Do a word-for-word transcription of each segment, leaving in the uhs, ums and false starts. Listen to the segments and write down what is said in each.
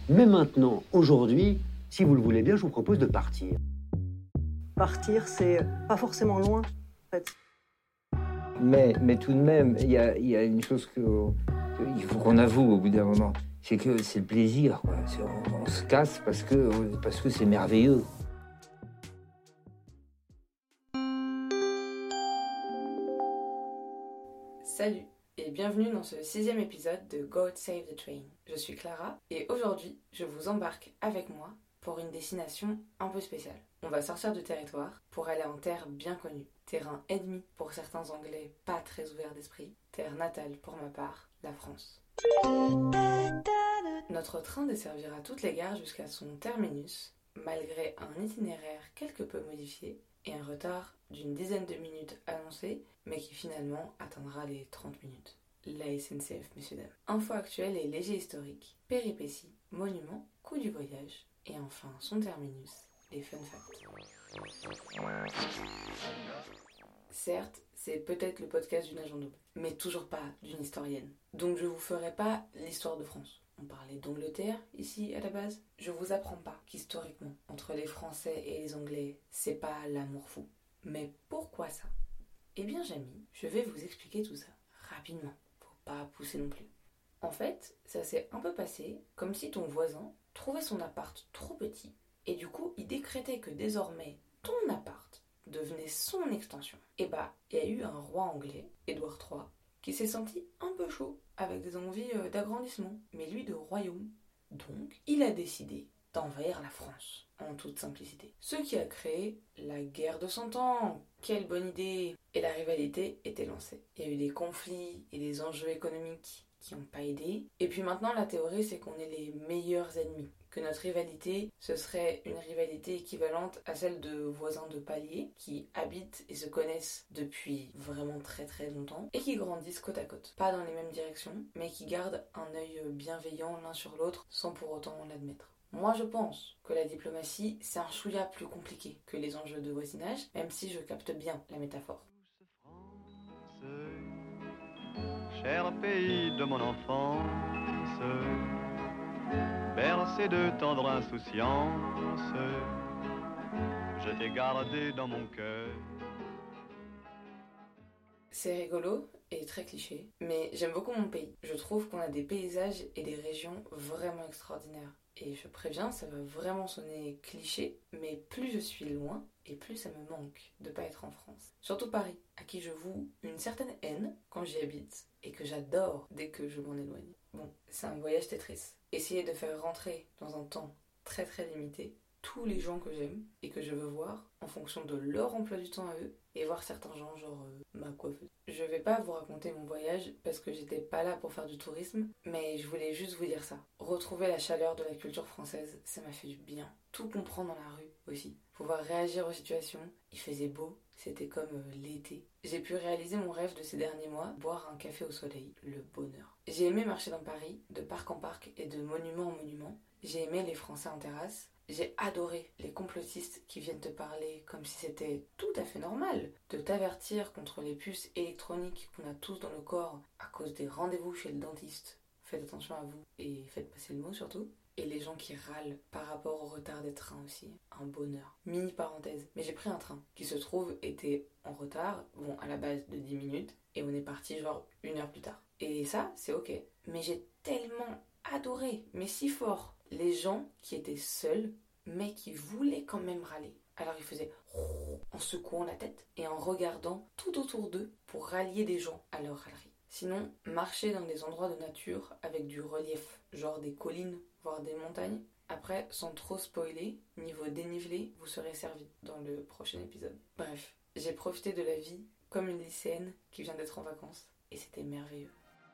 Mais maintenant, aujourd'hui, si vous le voulez bien, je vous propose de partir. Partir, c'est pas forcément loin, en fait. Mais, mais tout de même, il y a, y a une chose que, que il faut qu'on avoue au bout d'un moment, c'est que c'est le plaisir, quoi. C'est, on, on se casse parce que, parce que c'est merveilleux. Salut et bienvenue dans ce sixième épisode de God Save the Train. Je suis Clara et aujourd'hui, je vous embarque avec moi pour une destination un peu spéciale. On va sortir du territoire pour aller en terre bien connue. Terrain ennemi pour certains Anglais pas très ouverts d'esprit. Terre natale pour ma part, la France. Notre train desservira toutes les gares jusqu'à son terminus, malgré un itinéraire quelque peu modifié et un retard d'une dizaine de minutes annoncé, mais qui finalement atteindra les trente minutes. La S N C F, messieurs dames. Info actuelle et léger historique, péripéties, monuments, coût du voyage, et enfin son terminus, les fun facts. Certes, c'est peut-être le podcast d'une agent double, mais toujours pas d'une historienne. Donc je vous ferai pas l'histoire de France. On parlait d'Angleterre ici à la base. Je vous apprends pas qu'historiquement, entre les Français et les Anglais, c'est pas l'amour fou. Mais pourquoi ça ? Eh bien, Jamy, je vais vous expliquer tout ça rapidement. Faut pas pousser non plus. En fait, ça s'est un peu passé comme si ton voisin trouvait son appart trop petit et du coup, il décrétait que désormais, ton appart devenait son extension. Et bah, il y a eu un roi anglais, Édouard trois, qui s'est senti un peu chaud avec des envies d'agrandissement, mais lui de royaume. Donc, il a décidé d'envahir la France, en toute simplicité. Ce qui a créé la guerre de Cent Ans. Quelle bonne idée! Et la rivalité était lancée. Il y a eu des conflits et des enjeux économiques qui n'ont pas aidé. Et puis maintenant, la théorie, c'est qu'on est les meilleurs ennemis. Que notre rivalité, ce serait une rivalité équivalente à celle de voisins de palier qui habitent et se connaissent depuis vraiment très très longtemps et qui grandissent côte à côte. Pas dans les mêmes directions, mais qui gardent un œil bienveillant l'un sur l'autre sans pour autant l'admettre. Moi, je pense que la diplomatie, c'est un chouïa plus compliqué que les enjeux de voisinage, même si je capte bien la métaphore. Cher pays de mon enfance, bercé de tendre insouciance, je t'ai gardé dans mon cœur. C'est rigolo et très cliché, mais j'aime beaucoup mon pays. Je trouve qu'on a des paysages et des régions vraiment extraordinaires. Et je préviens, ça va vraiment sonner cliché, mais plus je suis loin, et plus ça me manque de pas être en France. Surtout Paris, à qui je voue une certaine haine quand j'y habite, et que j'adore dès que je m'en éloigne. Bon, c'est un voyage Tetris. Essayer de faire rentrer dans un temps très très limité tous les gens que j'aime et que je veux voir en fonction de leur emploi du temps à eux, et voir certains gens genre euh, ma coiffeuse. Je vais pas vous raconter mon voyage parce que j'étais pas là pour faire du tourisme, mais je voulais juste vous dire ça. Retrouver la chaleur de la culture française, ça m'a fait du bien. Tout comprendre dans la rue aussi. Pouvoir réagir aux situations, il faisait beau, c'était comme euh, l'été. J'ai pu réaliser mon rêve de ces derniers mois, boire un café au soleil, le bonheur. J'ai aimé marcher dans Paris, de parc en parc et de monument en monument. J'ai aimé les Français en terrasse. J'ai adoré les complotistes qui viennent te parler comme si c'était tout à fait normal de t'avertir contre les puces électroniques qu'on a tous dans le corps à cause des rendez-vous chez le dentiste. Faites attention à vous et faites passer le mot surtout. Et les gens qui râlent par rapport au retard des trains aussi. Un bonheur. Mini parenthèse. Mais j'ai pris un train qui se trouve était en retard, bon à la base de dix minutes, et on est parti genre une heure plus tard. Et ça, c'est ok. Mais j'ai tellement adoré, mais si fort, les gens qui étaient seuls, mais qui voulaient quand même râler. Alors ils faisaient en secouant la tête et en regardant tout autour d'eux pour rallier des gens à leur râlerie. Sinon, marcher dans des endroits de nature avec du relief, genre des collines, voire des montagnes. Après, sans trop spoiler, niveau dénivelé, vous serez servi dans le prochain épisode. Bref, j'ai profité de la vie comme une lycéenne qui vient d'être en vacances et c'était merveilleux.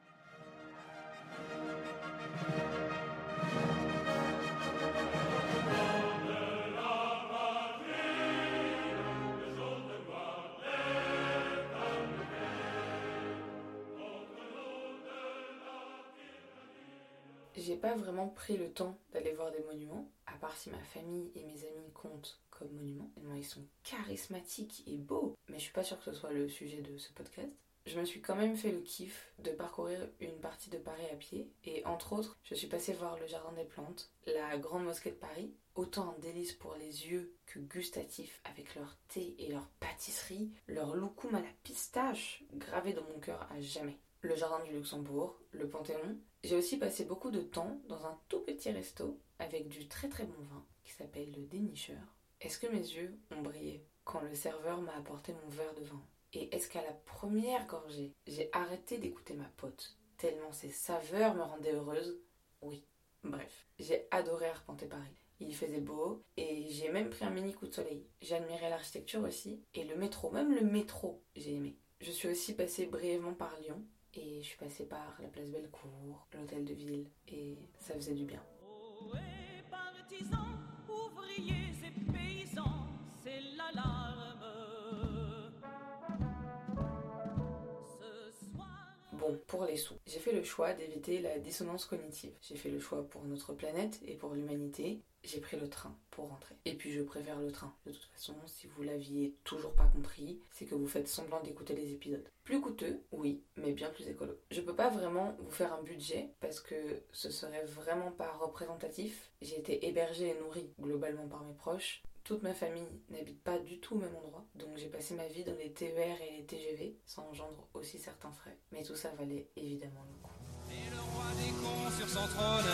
J'ai pas vraiment pris le temps d'aller voir des monuments, à part si ma famille et mes amis comptent comme monuments. Tellement ils sont charismatiques et beaux, mais je suis pas sûre que ce soit le sujet de ce podcast. je me suis quand même fait le kiff de parcourir une partie de Paris à pied. Et entre autres, je suis passée voir le Jardin des Plantes, la Grande Mosquée de Paris. Autant un délice pour les yeux que gustatif, avec leur thé et leur pâtisserie, leur loukoum à la pistache, gravé dans mon cœur à jamais. Le Jardin du Luxembourg, le Panthéon. J'ai aussi passé beaucoup de temps dans un tout petit resto avec du très très bon vin qui s'appelle le Dénicheur. Est-ce que mes yeux ont brillé quand le serveur m'a apporté mon verre de vin? Et est-ce qu'à la première gorgée, j'ai arrêté d'écouter ma pote, tellement ses saveurs me rendaient heureuse? Oui, bref, j'ai adoré arpenter Paris. Il faisait beau et j'ai même pris un mini coup de soleil. J'ai admiré l'architecture aussi et le métro, même le métro, j'ai aimé. Je suis aussi passée brièvement par Lyon et je suis passée par la place Bellecour, l'hôtel de ville et ça faisait du bien. Oh, et partisans, ouvriers et paysans, c'est l'alarme. Ce soir... Bon, pour les sous, j'ai fait le choix d'éviter la dissonance cognitive. J'ai fait le choix pour notre planète et pour l'humanité. J'ai pris le train pour rentrer. Et puis je préfère le train. De toute façon, si vous l'aviez toujours pas compris, c'est que vous faites semblant d'écouter les épisodes. Plus coûteux, oui, mais bien plus écolo. Je peux pas vraiment vous faire un budget parce que ce serait vraiment pas représentatif. J'ai été hébergée et nourrie globalement par mes proches. Toute ma famille n'habite pas du tout au même endroit, donc j'ai passé ma vie dans les T E R et les T G V, ça engendre aussi certains frais. Mais tout ça valait évidemment le coup. Et le roi des cons sur son trône,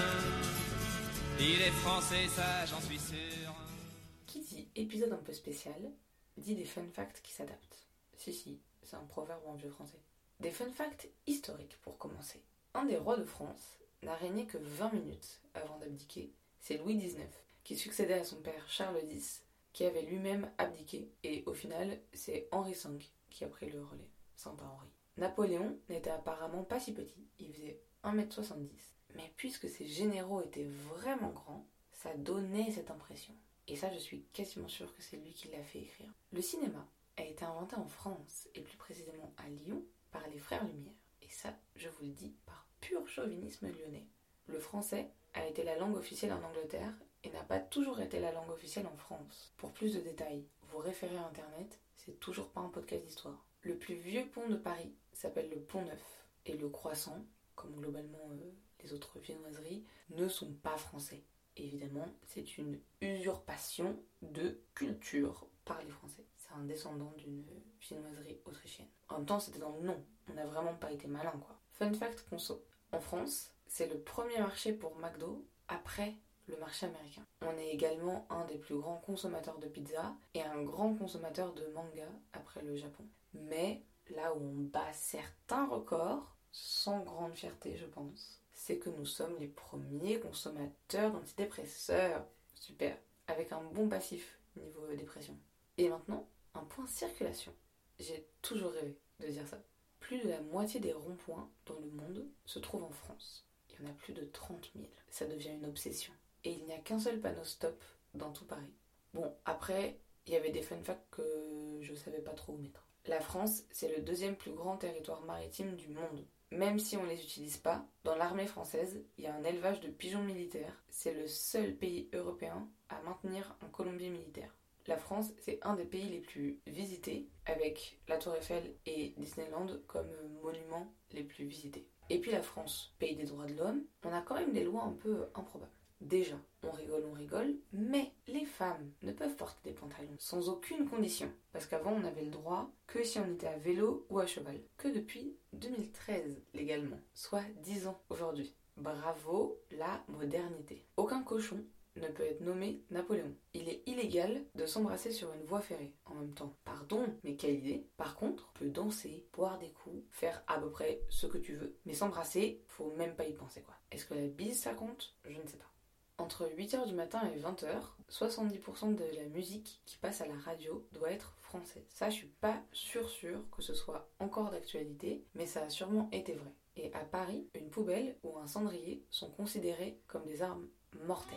il est français, ça j'en suis sûr. Qui dit épisode un peu spécial, dit des fun facts qui s'adaptent. Si si, c'est un proverbe en vieux français. Des fun facts historiques pour commencer. Un des rois de France n'a régné que vingt minutes avant d'abdiquer, c'est Louis dix-neuf, qui succédait à son père Charles dix, qui avait lui-même abdiqué, et au final, c'est Henri cinq qui a pris le relais. Sympa Henri. Napoléon n'était apparemment pas si petit, il faisait un mètre soixante-dix. Mais puisque ses généraux étaient vraiment grands, ça donnait cette impression. Et ça, je suis quasiment sûre que c'est lui qui l'a fait écrire. Le cinéma a été inventé en France, et plus précisément à Lyon, par les frères Lumière. Et ça, je vous le dis, par pur chauvinisme lyonnais. Le français a été la langue officielle en Angleterre et n'a pas toujours été la langue officielle en France. Pour plus de détails, vous référez à Internet, c'est toujours pas un podcast d'histoire. Le plus vieux pont de Paris s'appelle le Pont Neuf, et le croissant, comme globalement euh, les autres viennoiseries, ne sont pas français. Évidemment, c'est une usurpation de culture par les Français. C'est un descendant d'une viennoiserie autrichienne. En même temps, c'était dans le nom. On n'a vraiment pas été malin, quoi. Fun fact conso. En France, c'est le premier marché pour McDo après le marché américain. On est également un des plus grands consommateurs de pizza et un grand consommateur de manga après le Japon. Mais là où on bat certains records, sans grande fierté je pense, c'est que nous sommes les premiers consommateurs d'antidépresseurs. Super. Avec un bon passif niveau dépression. Et maintenant, un point circulation. J'ai toujours rêvé de dire ça. Plus de la moitié des ronds-points dans le monde se trouvent en France. Il y en a plus de trente mille. Ça devient une obsession. Et il n'y a qu'un seul panneau stop dans tout Paris. Bon, après, il y avait des fun facts que je savais pas trop où mettre. La France, c'est le deuxième plus grand territoire maritime du monde. Même si on les utilise pas, dans l'armée française, il y a un élevage de pigeons militaires. C'est le seul pays européen à maintenir un colombier militaire. La France, c'est un des pays les plus visités, avec la Tour Eiffel et Disneyland comme monuments les plus visités. Et puis la France, pays des droits de l'homme, on a quand même des lois un peu improbables. Déjà, on rigole, on rigole, mais les femmes ne peuvent porter des pantalons sans aucune condition. Parce qu'avant, on avait le droit que si on était à vélo ou à cheval. Que depuis deux mille treize, légalement. Soit dix ans aujourd'hui. Bravo, la modernité. Aucun cochon ne peut être nommé Napoléon. Il est illégal de s'embrasser sur une voie ferrée en même temps. Pardon, mais quelle idée. Par contre, on peut danser, boire des coups, faire à peu près ce que tu veux. Mais s'embrasser, faut même pas y penser quoi. Est-ce que la bise ça compte? Je ne sais pas. Entre huit heures du matin et vingt heures, soixante-dix pour cent de la musique qui passe à la radio doit être française. Ça, je suis pas sûre sûre que ce soit encore d'actualité, mais ça a sûrement été vrai. Et à Paris, une poubelle ou un cendrier sont considérés comme des armes mortelles.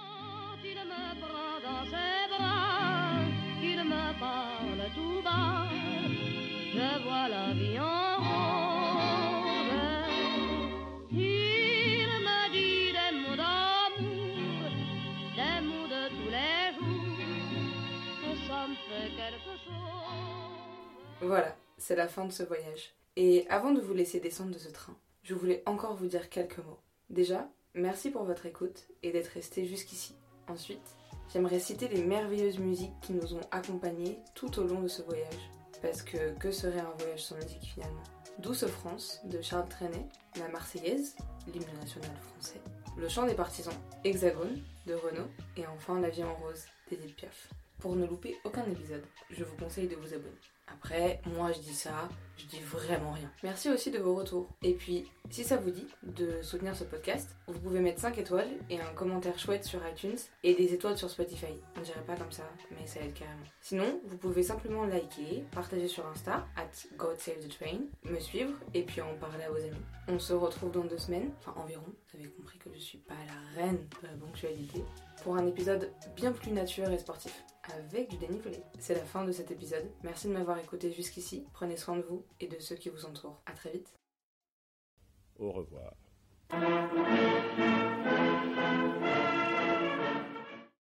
Il me prend dans ses bras, il me parle tout bas, je vois la vie en rose. Il me dit des mots d'amour, des mots de tous les jours, que ça me fait quelque chose. Voilà, c'est la fin de ce voyage. Et avant de vous laisser descendre de ce train, je voulais encore vous dire quelques mots. Déjà, merci pour votre écoute et d'être resté jusqu'ici. Ensuite, j'aimerais citer les merveilleuses musiques qui nous ont accompagnés tout au long de ce voyage. Parce que que serait un voyage sans musique finalement ? Douce France de Charles Trenet, La Marseillaise, l'hymne national français, Le Chant des Partisans, Hexagone de Renaud et enfin La Vie en Rose d'Édith Piaf. Pour ne louper aucun épisode, je vous conseille de vous abonner. Après, moi je dis ça, je dis vraiment rien. Merci aussi de vos retours. Et puis, si ça vous dit de soutenir ce podcast, vous pouvez mettre cinq étoiles et un commentaire chouette sur iTunes et des étoiles sur Spotify. On dirait pas comme ça, mais ça aide carrément. Sinon, vous pouvez simplement liker, partager sur Insta, at GodSaveTheTrain, me suivre et puis en parler à vos amis. On se retrouve dans deux semaines, enfin environ. Vous avez compris que je suis pas la reine de la ponctualité, pour un épisode bien plus nature et sportif, avec du dénivelé. C'est la fin de cet épisode. Merci de m'avoir écouté jusqu'ici. Prenez soin de vous et de ceux qui vous entourent. À très vite. Au revoir.